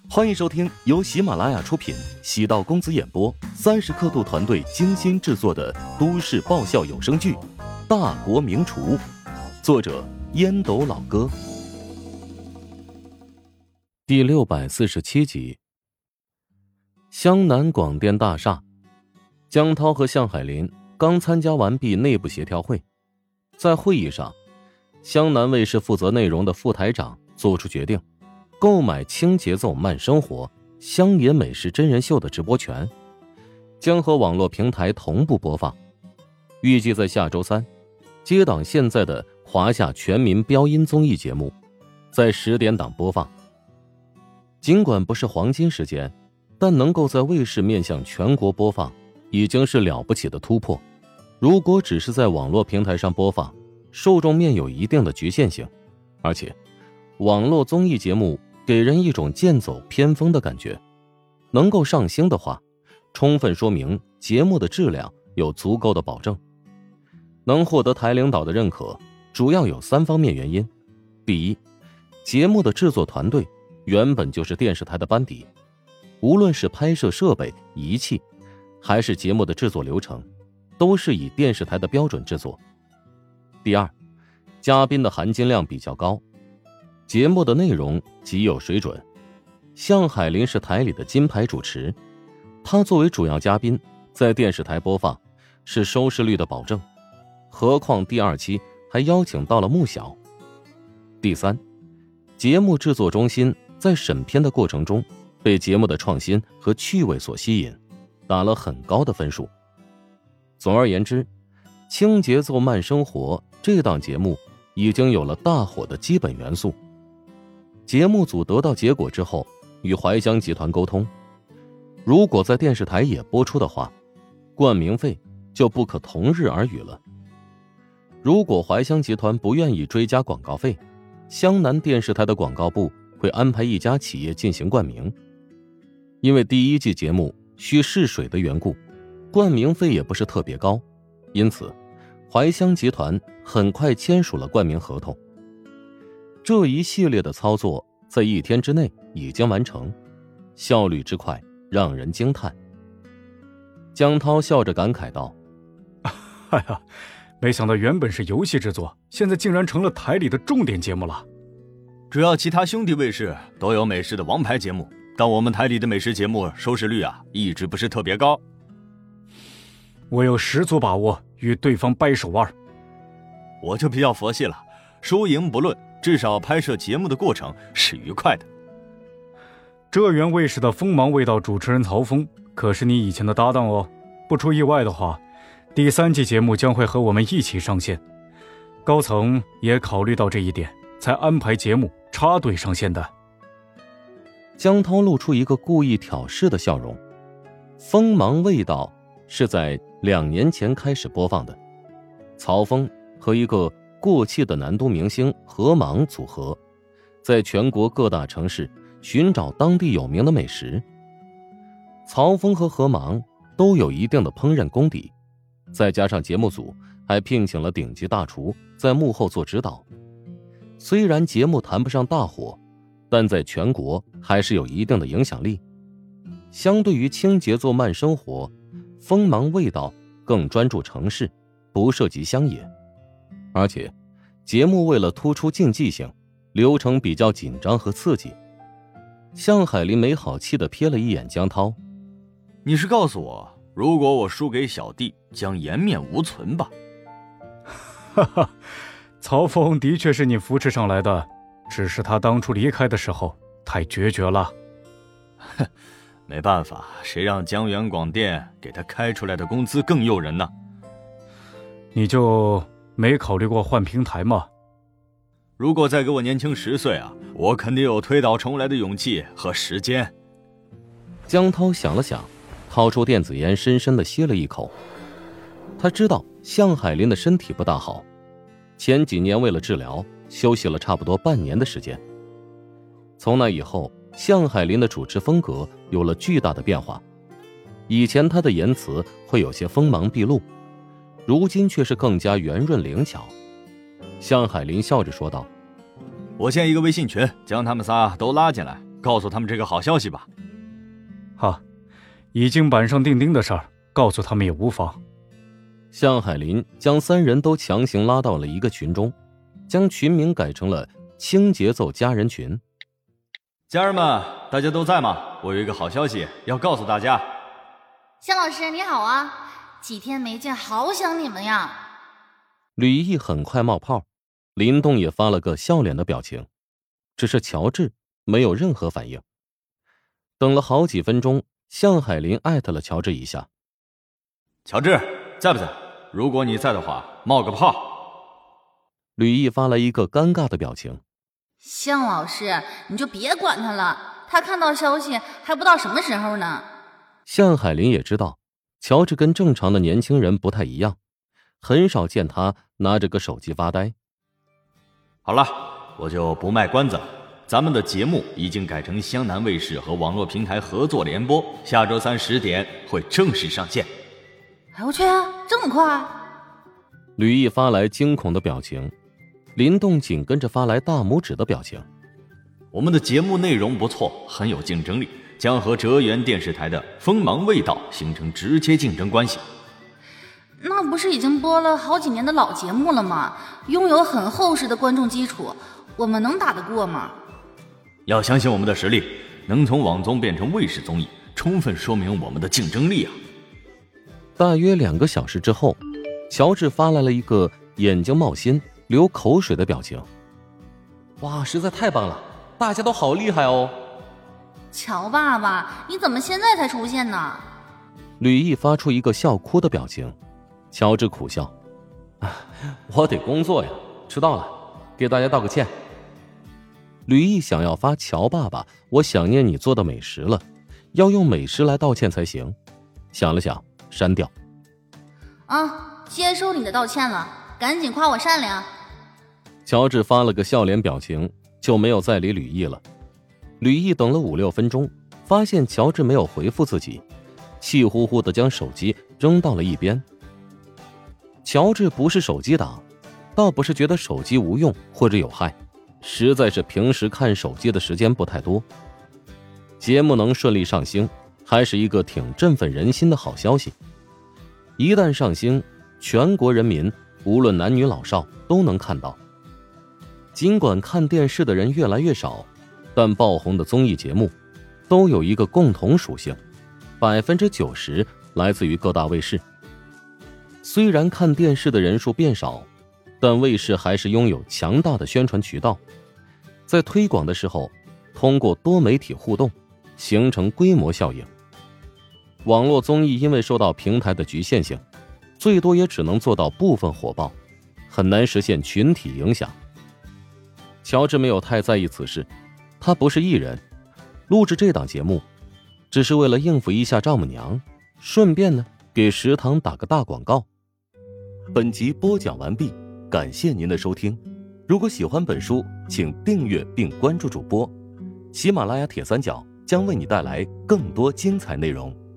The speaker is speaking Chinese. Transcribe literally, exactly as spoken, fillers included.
欢迎收听由喜马拉雅出品，喜道公子演播，三十刻度团队精心制作的都市爆笑有声剧《大国名厨》，作者烟斗老哥。第六百四十七集。湘南广电大厦，江涛和向海林刚参加完毕内部协调会，在会议上，湘南卫视负责内容的副台长做出决定，购买轻节奏慢生活乡野美食真人秀的直播权，将和网络平台同步播放，预计在下周三接档现在的华夏全民标音综艺节目，在十点档播放。尽管不是黄金时间，但能够在卫视面向全国播放已经是了不起的突破。如果只是在网络平台上播放，受众面有一定的局限性，而且网络综艺节目给人一种剑走偏锋的感觉，能够上星的话，充分说明节目的质量有足够的保证。能获得台领导的认可，主要有三方面原因。第一，节目的制作团队原本就是电视台的班底，无论是拍摄设备、仪器，还是节目的制作流程，都是以电视台的标准制作。第二，嘉宾的含金量比较高，节目的内容极有水准。向海林是台里的金牌主持，他作为主要嘉宾在电视台播放是收视率的保证，何况第二期还邀请到了穆晓。第三，节目制作中心在审片的过程中被节目的创新和趣味所吸引，打了很高的分数。总而言之，轻节奏慢生活这档节目已经有了大火的基本元素。节目组得到结果之后，与怀乡集团沟通，如果在电视台也播出的话，冠名费就不可同日而语了。如果怀乡集团不愿意追加广告费，湘南电视台的广告部会安排一家企业进行冠名。因为第一季节目需试水的缘故，冠名费也不是特别高，因此怀乡集团很快签署了冠名合同。这一系列的操作在一天之内已经完成，效率之快让人惊叹。江涛笑着感慨道： 哎呀，没想到原本是游戏制作，现在竟然成了台里的重点节目了。 主要其他兄弟卫视都有美食的王牌节目，但我们台里的美食节目收视率啊一直不是特别高。 我有十足把握与对方掰手腕。 我就比较佛系了，输赢不论，至少拍摄节目的过程是愉快的。 浙源卫视的锋芒味道主持人曹峰可是你以前的搭档哦，不出意外的话，第三季节目将会和我们一起上线。高层也考虑到这一点，才安排节目插队上线的。 江涛露出一个故意挑事的笑容。锋芒味道是在两年前开始播放的，曹峰和一个过气的南都明星何芒组合，在全国各大城市寻找当地有名的美食。曹峰和何芒都有一定的烹饪功底，再加上节目组还聘请了顶级大厨在幕后做指导。虽然节目谈不上大火，但在全国还是有一定的影响力。相对于轻节奏慢生活，锋芒味道更专注城市，不涉及乡野。而且节目为了突出竞技性，流程比较紧张和刺激。向海林没好气地瞥了一眼江涛： 你是告诉我，如果我输给小弟，将颜面无存吧？ 哈哈，曹峰的确是你扶持上来的，只是他当初离开的时候太决绝了。 哼，没办法，谁让江源广电给他开出来的工资更诱人呢？ 你就没考虑过换平台吗？ 如果再给我年轻十岁啊，我肯定有推倒重来的勇气和时间。 江涛想了想，掏出电子烟，深深地吸了一口。他知道向海林的身体不大好，前几年为了治疗休息了差不多半年的时间。从那以后，向海林的主持风格有了巨大的变化。以前他的言辞会有些锋芒毕露，如今却是更加圆润灵巧。向海林笑着说道： 我建一个微信群，将他们仨都拉进来， 告诉他们这个好消息吧。 哈，已经板上钉钉的事儿，告诉他们也无妨。 向海林将三人都强行拉到了一个群中，将群名改成了轻节奏家人群。 家人们，大家都在吗？我有一个好消息要告诉大家。 向老师你好啊，几天没见，好想你们呀。 吕毅很快冒泡，林动也发了个笑脸的表情，只是乔治没有任何反应。等了好几分钟，向海林艾特了乔治一下。 乔治在不在？如果你在的话，冒个泡。 吕毅发来一个尴尬的表情。 向老师你就别管他了，他看到消息还不知道什么时候呢。 向海林也知道乔治跟正常的年轻人不太一样，很少见他拿着个手机发呆。 好了，我就不卖关子了，咱们的节目已经改成湘南卫视和网络平台合作联播，下周三十点会正式上线。 哎我去，这么快？ 吕毅发来惊恐的表情，林动紧跟着发来大拇指的表情。 我们的节目内容不错，很有竞争力，将和哲源电视台的锋芒味道形成直接竞争关系。 那不是已经播了好几年的老节目了吗？拥有很厚实的观众基础，我们能打得过吗？ 要相信我们的实力，能从网综变成卫视综艺，充分说明我们的竞争力啊！ 大约两个小时之后，乔治发来了一个眼睛冒心、流口水的表情。哇，实在太棒了，大家都好厉害哦！ 乔爸爸，你怎么现在才出现呢？ 吕毅发出一个笑哭的表情。乔治苦笑，我得工作呀，迟到了，给大家道个歉。吕毅想要发乔爸爸，我想念你做的美食了，要用美食来道歉才行。想了想，删掉。 啊，接受你的道歉了，赶紧夸我善良。 乔治发了个笑脸表情，就没有再理吕毅了。吕毅等了五六分钟，发现乔治没有回复自己，气呼呼地将手机扔到了一边。乔治不是手机党，倒不是觉得手机无用或者有害，实在是平时看手机的时间不太多。节目能顺利上星，还是一个挺振奋人心的好消息。一旦上星，全国人民无论男女老少都能看到。尽管看电视的人越来越少，但爆红的综艺节目都有一个共同属性，百分之九十来自于各大卫视。虽然看电视的人数变少，但卫视还是拥有强大的宣传渠道，在推广的时候，通过多媒体互动，形成规模效应。网络综艺因为受到平台的局限性，最多也只能做到部分火爆，很难实现群体影响。乔治没有太在意此事，他不是艺人，录制这档节目只是为了应付一下丈母娘，顺便呢给食堂打个大广告。本集播讲完毕，感谢您的收听。如果喜欢本书，请订阅并关注主播。喜马拉雅铁三角将为你带来更多精彩内容。